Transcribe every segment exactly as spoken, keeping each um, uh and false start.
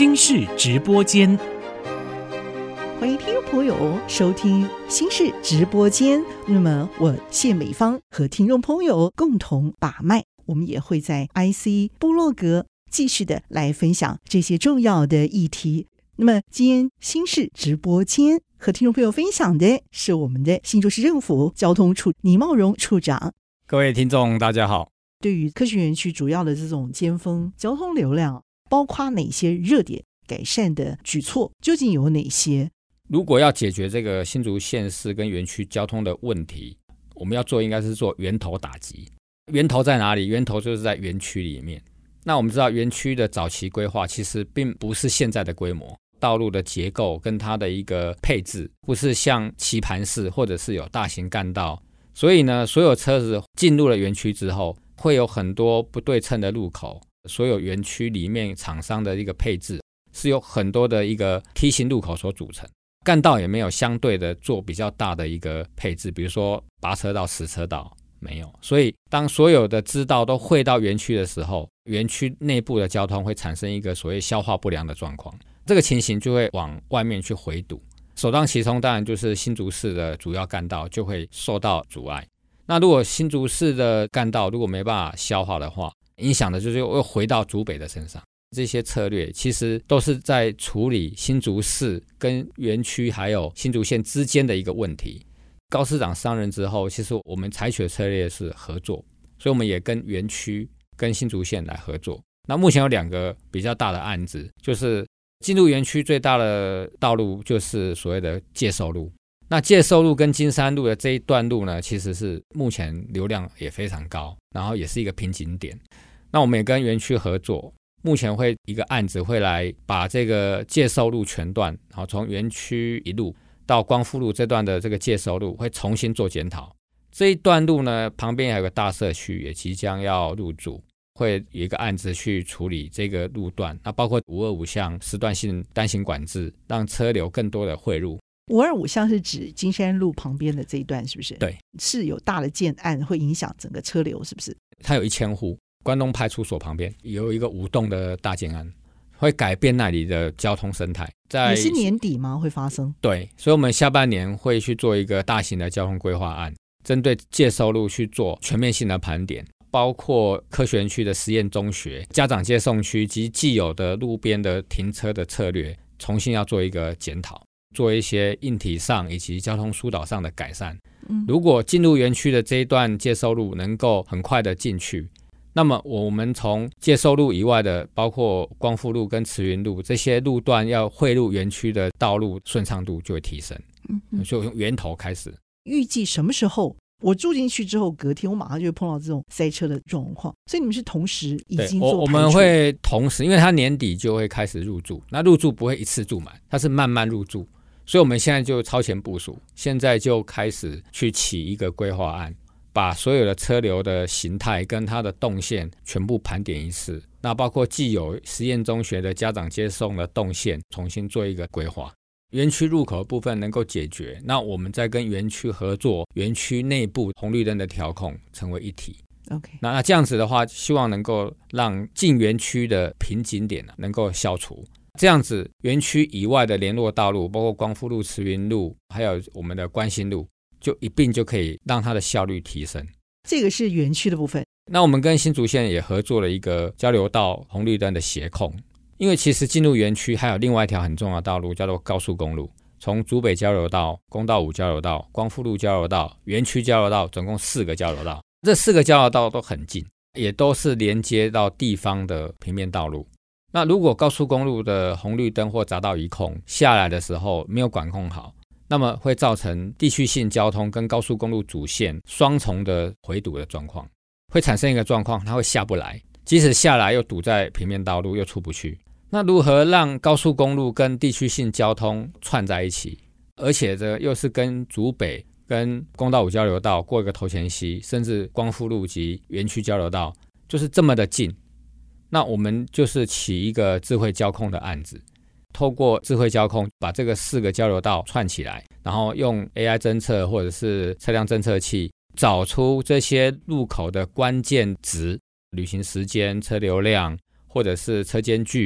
新式直播间， 欢迎听众朋友收听新式直播间。那么我谢美芳和听众朋友共同把脉，我们也会在 I C 部落格继续的来分享这些重要的议题。那么今天新式直播间和听众朋友分享的是我们的新竹市政府交通处倪茂荣处长。 各位听众大家好。 对于科学园区主要的这种尖峰交通流量，包括哪些热点改善的举措，究竟有哪些？ 如果要解决这个新竹县市跟园区交通的问题，我们要做应该是做源头打击。源头在哪里？源头就是在园区里面。那我们知道园区的早期规划其实并不是现在的规模，道路的结构跟它的一个配置不是像棋盘式或者是有大型干道，所以呢，所有车子进入了园区之后，会有很多不对称的路口，所有园区里面厂商的一个配置是有很多的一个梯形路口所组成，干道也没有相对的做比较大的一个配置，比如说八车道十车道没有，所以当所有的支道都汇到园区的时候，园区内部的交通会产生一个所谓消化不良的状况，这个情形就会往外面去回堵，首当其冲当然就是新竹市的主要干道就会受到阻碍。那如果新竹市的干道如果没办法消化的话，影响的就是又回到竹北的身上。这些策略其实都是在处理新竹市跟园区还有新竹县之间的一个问题。高市长上任之后，其实我们采取的策略是合作，所以我们也跟园区跟新竹县来合作。那目前有两个比较大的案子，就是进入园区最大的道路就是所谓的介寿路。那介寿路跟金山路的这一段路呢，其实是目前流量也非常高，然后也是一个瓶颈点。那我们也跟园区合作，目前会一个案子会来把这个介寿路全段，然后从园区一路到光复路这段的这个介寿路会重新做检讨。这一段路呢，旁边还有个大社区也即将要入驻，会有一个案子去处理这个路段，那包括五二五项时段性单行管制，让车流更多的汇入。 五二五项是指金山路旁边的这一段是不是？ 对， 是有大的建案会影响整个车流是不是？ 它有一千户，关东派出所旁边有一个五栋的大建案，会改变那里的交通生态。在也是年底吗？会发生？ 对，所以我们下半年会去做一个大型的交通规划案，针对介寿路去做全面性的盘点，包括科学园区的实验中学、家长接送区及既有的路边的停车的策略，重新要做一个检讨，做一些硬体上以及交通疏导上的改善。嗯、如果进入园区的这一段介寿路能够很快的进去，那么我们从介寿路以外的包括光复路跟慈云路这些路段要汇入园区的道路顺畅度就会提升。嗯嗯，就从源头开始。 预计什么时候我住进去之后，隔天我马上就会碰到这种塞车的状况，所以你们是同时已经做排除？ 我, 我们会同时，因为它年底就会开始入住，那入住不会一次住满，它是慢慢入住，所以我们现在就超前部署，现在就开始去起一个规划案，把所有的车流的形态跟它的动线全部盘点一次，那包括既有实验中学的家长接送的动线重新做一个规划。园区入口的部分能够解决，那我们再跟园区合作，园区内部红绿灯的调控成为一体。 Okay. 那, 那这样子的话，希望能够让进园区的瓶颈点能够消除。这样子园区以外的联络道路，包括光复路、慈云路，还有我们的关心路，就一并就可以让它的效率提升。 这个是园区的部分。 那我们跟新竹县也合作了一个交流道红绿灯的协控，因为其实进入园区还有另外一条很重要的道路叫做高速公路，从竹北交流道、公道五交流道、光复路交流道、园区交流道，总共四个交流道。这四个交流道都很近，也都是连接到地方的平面道路。那如果高速公路的红绿灯或匝道一控下来的时候没有管控好，那么会造成地区性交通跟高速公路主线双重的回堵的状况，会产生一个状况，它会下不来，即使下来又堵在平面道路又出不去。那如何让高速公路跟地区性交通串在一起，而且这又是跟竹北跟公道五交流道过一个头前溪，甚至光复路及园区交流道就是这么的近，那我们就是起一个智慧交控的案子，透过智慧交控把这个四个交流道串起来，然后用 A I 侦测或者是车辆侦测器找出这些路口的关键值，旅行时间、车流量或者是车间距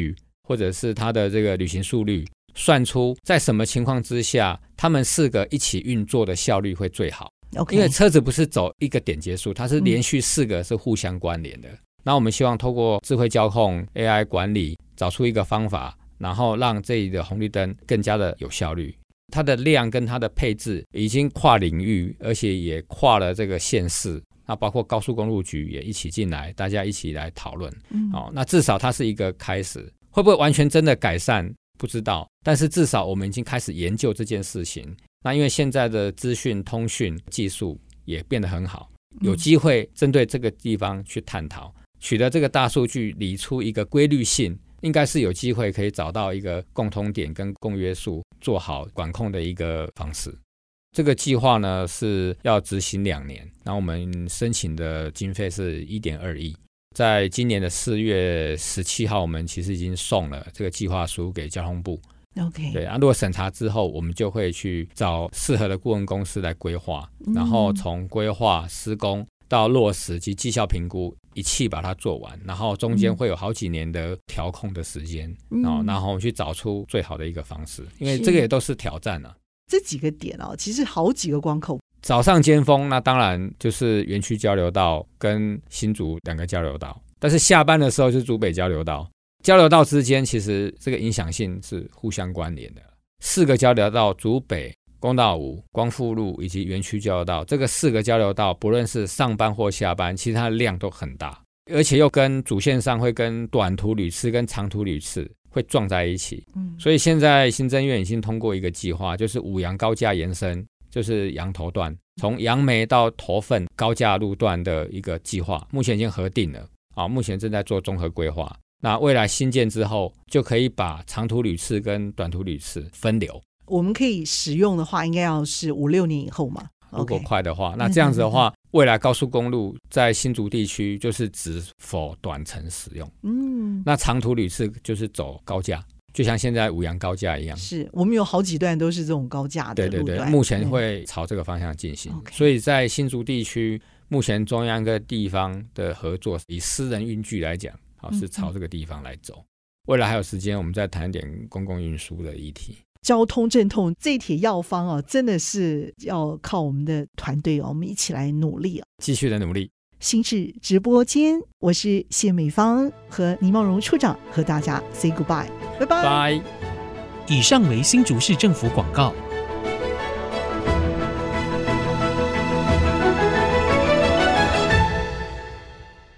或者是它的这个旅行速率，算出在什么情况之下他们四个一起运作的效率会最好。 Okay. 因为车子不是走一个点结束，它是连续四个是互相关联的、嗯、那我们希望透过智慧交控 A I 管理找出一个方法，然后让这里的红绿灯更加的有效率。它的量跟它的配置已经跨领域，而且也跨了这个县市，那包括高速公路局也一起进来，大家一起来讨论、嗯哦、那至少它是一个开始，会不会完全真的改善不知道，但是至少我们已经开始研究这件事情。那因为现在的资讯通讯技术也变得很好，有机会针对这个地方去探讨，取得这个大数据理出一个规律性，应该是有机会可以找到一个共通点跟共约数，做好管控的一个方式。这个计划呢是要执行两年，然后我们申请的经费是 一点二亿，在今年的四月十七号我们其实已经送了这个计划书给交通部。 OK， 对啊，如果审查之后，我们就会去找适合的顾问公司来规划、嗯、然后从规划、施工到落实及绩效评估一气把它做完，然后中间会有好几年的调控的时间、嗯哦、然后去找出最好的一个方式，因为这个也都是挑战啊。 这几个点哦，其实好几个关口。 早上尖峰那当然就是园区交流道跟新竹两个交流道，但是下班的时候就是竹北交流道。交流道之间其实这个影响性是互相关联的，四个交流道，竹北、公道五、光复路以及园区交流道，这个四个交流道不论是上班或下班，其实它的量都很大，而且又跟主线上会跟短途旅次跟长途旅次会撞在一起、嗯、所以现在行政院已经通过一个计划，就是五杨高架延伸，就是杨头段从杨梅到头份高架路段的一个计划，目前已经核定了、啊、目前正在做综合规划。那未来新建之后就可以把长途旅次跟短途旅次分流， 我们可以使用的话应该要是五六年以后嘛， 如果快的话、okay. 那这样子的话未来高速公路在新竹地区就是只否短程使用、嗯、那长途旅次就是走高架，就像现在五杨高架一样， 是我们有好几段都是这种高架的路段， 对对对，目前会朝这个方向进行、okay. 所以在新竹地区目前中央跟地方的合作，以私人运具来讲是朝这个地方来走、嗯、未来还有时间我们再谈点公共运输的议题。 交通阵痛这帖药方、哦、真的是要靠我们的团队、哦、我们一起来努力、哦、 继续的努力。 新视直播间，我是谢美芳和倪茂荣处长和大家 say goodbye， 拜拜。 以上为新竹市政府广告。